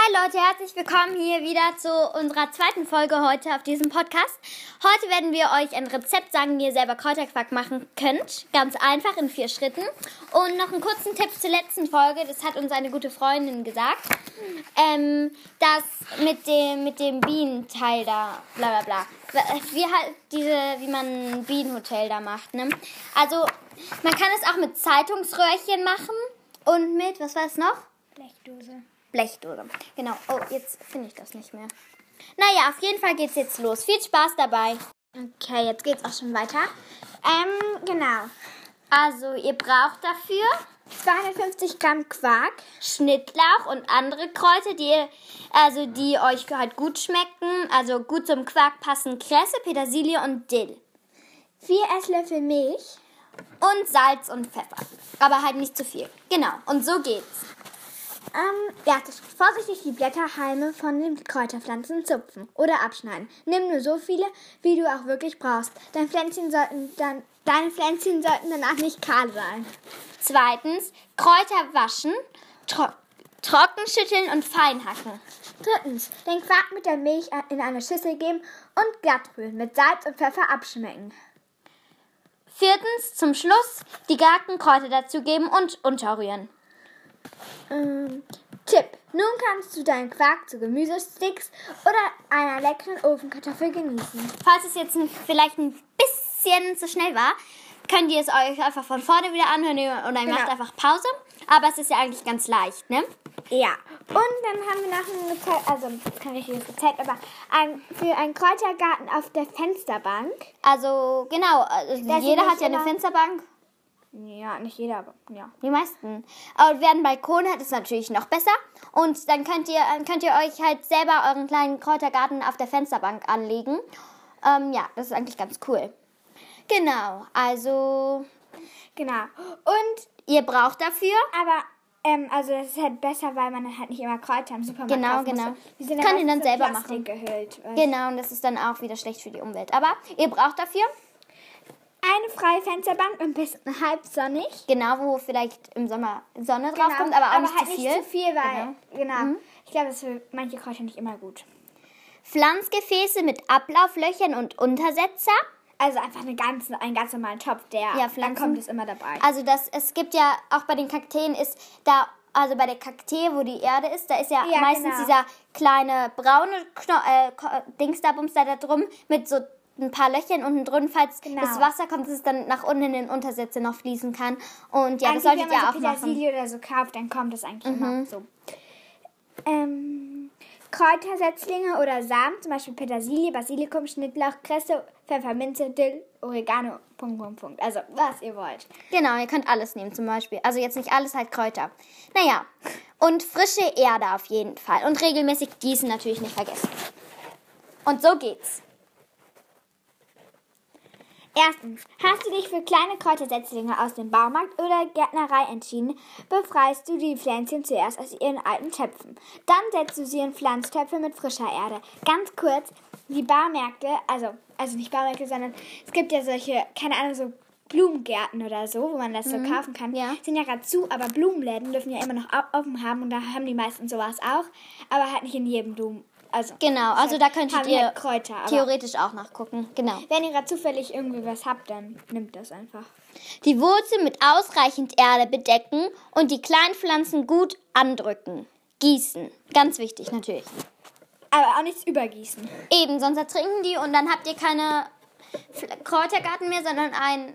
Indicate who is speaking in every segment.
Speaker 1: Hi Leute, herzlich willkommen hier wieder zu unserer zweiten Folge heute auf diesem Podcast. Heute werden wir euch ein Rezept sagen, wie ihr selber Kräuterquark machen könnt. Ganz einfach in 4 Schritten. Und noch einen kurzen Tipp zur letzten Folge, das hat uns eine gute Freundin gesagt. Das mit dem Bienenteil da, bla bla bla. Wie man ein Bienenhotel da macht, ne? Also, man kann es auch mit Zeitungsröhrchen machen und mit, was war es noch? Blechdose, genau. Oh, jetzt finde ich das nicht mehr. Naja, auf jeden Fall geht's jetzt los. Viel Spaß dabei. Okay, jetzt geht's auch schon weiter. Genau. Also, ihr braucht dafür
Speaker 2: 250 Gramm Quark,
Speaker 1: Schnittlauch und andere Kräuter, die euch halt gut schmecken. Also gut zum Quark passen Kresse, Petersilie und Dill.
Speaker 2: 4 Esslöffel Milch
Speaker 1: und Salz und Pfeffer. Aber halt nicht zu viel. Genau, und so geht's.
Speaker 2: Vorsichtig die Blätterhalme von den Kräuterpflanzen zupfen oder abschneiden. Nimm nur so viele, wie du auch wirklich brauchst. Deine Pflänzchen sollten danach nicht kahl sein.
Speaker 1: Zweitens, Kräuter waschen, trocken schütteln und fein hacken.
Speaker 2: Drittens, den Quark mit der Milch in eine Schüssel geben und glatt rühren, mit Salz und Pfeffer abschmecken.
Speaker 1: Viertens, zum Schluss die gehackten Kräuter dazugeben und unterrühren.
Speaker 2: Tipp: Nun kannst du deinen Quark zu Gemüsesticks oder einer leckeren Ofenkartoffel genießen.
Speaker 1: Falls es jetzt vielleicht ein bisschen zu schnell war, könnt ihr es euch einfach von vorne wieder anhören oder ihr macht einfach Pause. Aber es ist ja eigentlich ganz leicht, ne?
Speaker 2: Ja. Und dann haben wir noch ein Rezept, also kein richtiges Rezept, aber für einen Kräutergarten auf der Fensterbank.
Speaker 1: Also genau, jeder hat ja eine Fensterbank.
Speaker 2: Ja, nicht jeder, aber ja.
Speaker 1: Die meisten. Aber wer einen Balkon hat, ist natürlich noch besser. Und dann könnt ihr euch halt selber euren kleinen Kräutergarten auf der Fensterbank anlegen. Ja, das ist eigentlich ganz cool. Genau, also...
Speaker 2: Genau. Und
Speaker 1: ihr braucht dafür...
Speaker 2: Aber, also das ist halt besser, weil man halt nicht immer Kräuter im Supermarkt kaufen
Speaker 1: Genau.
Speaker 2: muss. Die sind
Speaker 1: könnt ihr dann
Speaker 2: so
Speaker 1: selber
Speaker 2: Plastik
Speaker 1: machen.
Speaker 2: Gehüllt,
Speaker 1: genau, und das ist dann auch wieder schlecht für die Umwelt. Aber ihr braucht dafür...
Speaker 2: eine freie Fensterbank, ein bisschen halb sonnig.
Speaker 1: Genau, wo vielleicht im Sommer Sonne drauf kommt, aber auch nicht
Speaker 2: halt
Speaker 1: zu viel.
Speaker 2: Nicht zu viel, weil, genau. Ich glaube, das ist für manche Kräuter nicht immer gut.
Speaker 1: Pflanzgefäße mit Ablauflöchern und Untersetzer.
Speaker 2: Also einfach einen ganz normalen Topf, dann kommt es immer dabei.
Speaker 1: Also es gibt ja, auch bei den Kakteen ist da, also bei der Kaktee, wo die Erde ist, da ist ja meistens dieser kleine braune Dingsda-Bums da drum mit so ein paar Löchern unten drin, falls das Wasser kommt, dass es dann nach unten in den Untersätze noch fließen kann. Und ja, das solltet ihr auch machen. Wenn man so Petersilie
Speaker 2: oder so kauft, dann kommt das eigentlich immer so. Kräutersetzlinge oder Samen, zum Beispiel Petersilie, Basilikum, Schnittlauch, Kresse, Pfefferminze, Dill, Oregano, ... Also, was ihr wollt.
Speaker 1: Genau, ihr könnt alles nehmen zum Beispiel. Also jetzt nicht alles, halt Kräuter. Naja, und frische Erde auf jeden Fall. Und regelmäßig gießen natürlich nicht vergessen. Und so geht's.
Speaker 2: Erstens, hast du dich für kleine Kräutersetzlinge aus dem Baumarkt oder Gärtnerei entschieden, befreist du die Pflänzchen zuerst aus ihren alten Töpfen. Dann setzt du sie in Pflanztöpfe mit frischer Erde. Ganz kurz, die Baumärkte, also nicht Baumärkte, sondern es gibt ja solche, keine Ahnung, so Blumengärten oder so, wo man das so kaufen kann.
Speaker 1: Ja.
Speaker 2: Sind ja gerade zu, aber Blumenläden dürfen ja immer noch offen haben und da haben die meisten sowas auch, aber halt nicht in jedem Blumen. Also,
Speaker 1: genau, also da könntet ihr
Speaker 2: halt Kräuter,
Speaker 1: theoretisch auch nachgucken. Genau.
Speaker 2: Wenn ihr gerade zufällig irgendwie was habt, dann nimmt das einfach.
Speaker 1: Die Wurzel mit ausreichend Erde bedecken und die kleinen Pflanzen gut andrücken. Gießen. Ganz wichtig natürlich.
Speaker 2: Aber auch nichts übergießen.
Speaker 1: Eben, sonst ertrinken die und dann habt ihr keine Kräutergarten mehr, sondern ein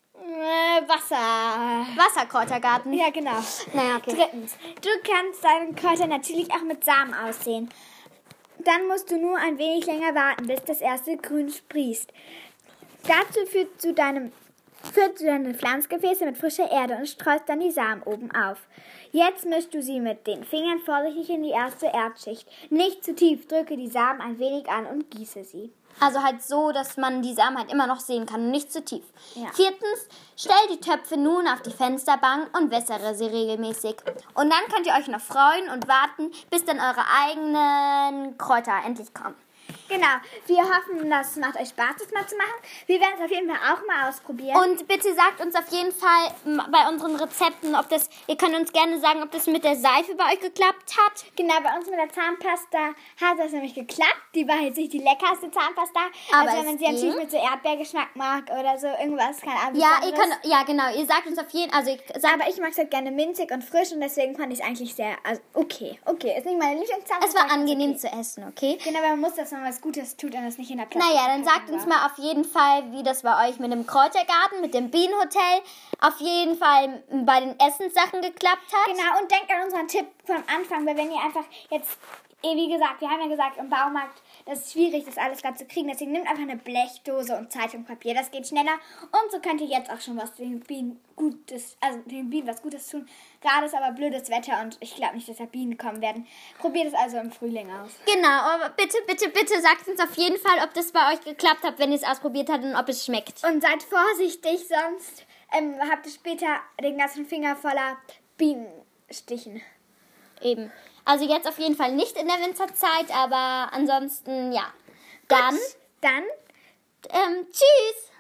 Speaker 1: Wasserkräutergarten.
Speaker 2: Ja, genau.
Speaker 1: Naja, okay.
Speaker 2: Drittens, du kannst deine Kräuter natürlich auch mit Samen aussehen. Dann musst du nur ein wenig länger warten, bis das erste Grün sprießt. Dazu führst du deine Pflanzgefäße mit frischer Erde und streust dann die Samen oben auf. Jetzt mischst du sie mit den Fingern vorsichtig in die erste Erdschicht. Nicht zu tief, drücke die Samen ein wenig an und gieße sie.
Speaker 1: Also halt so, dass man die Samen halt immer noch sehen kann und nicht zu tief.
Speaker 2: Ja.
Speaker 1: Viertens, stell die Töpfe nun auf die Fensterbank und wässere sie regelmäßig. Und dann könnt ihr euch noch freuen und warten, bis dann eure eigenen Kräuter endlich kommen.
Speaker 2: Genau. Wir hoffen, das macht euch Spaß, das mal zu machen. Wir werden es auf jeden Fall auch mal ausprobieren.
Speaker 1: Und bitte sagt uns auf jeden Fall bei unseren Rezepten, ihr könnt uns gerne sagen, ob das mit der Seife bei euch geklappt hat.
Speaker 2: Genau, bei uns mit der Zahnpasta hat das nämlich geklappt. Die war jetzt nicht die leckerste Zahnpasta.
Speaker 1: Aber
Speaker 2: also wenn man sie natürlich mit so Erdbeergeschmack mag oder so irgendwas, keine Ahnung.
Speaker 1: Genau, ihr sagt uns auf jeden Fall,
Speaker 2: aber ich mag es halt gerne minzig und frisch und deswegen fand ich es eigentlich sehr, okay, ist nicht meine Lieblingszahnpasta.
Speaker 1: Es war angenehm zu essen, okay?
Speaker 2: Genau, aber man muss, dass man was Gutes tut und das nicht in der Plastik.
Speaker 1: Naja, dann sagt uns mal auf jeden Fall, wie das bei euch mit dem Kräutergarten, mit dem Bienenhotel, auf jeden Fall bei den Essenssachen geklappt hat.
Speaker 2: Genau, und denkt an unseren Tipp vom Anfang, weil wenn ihr einfach jetzt, wie gesagt, wir haben ja gesagt, im Baumarkt, das ist schwierig, das alles gerade zu kriegen, deswegen nehmt einfach eine Blechdose und Zeitung, Papier, das geht schneller und so könnt ihr jetzt auch schon was den Bienen was Gutes tun. Gerade ist aber blödes Wetter und ich glaube nicht, dass da Bienen kommen werden. Probiert es also im Frühling aus.
Speaker 1: Genau, aber bitte sagt uns auf jeden Fall, ob das bei euch geklappt hat, wenn ihr es ausprobiert habt und ob es schmeckt.
Speaker 2: Und seid vorsichtig, sonst habt ihr später den ganzen Finger voller Bienenstichen.
Speaker 1: Eben. Also jetzt auf jeden Fall nicht in der Winterzeit, aber ansonsten, ja. Dann
Speaker 2: tschüss.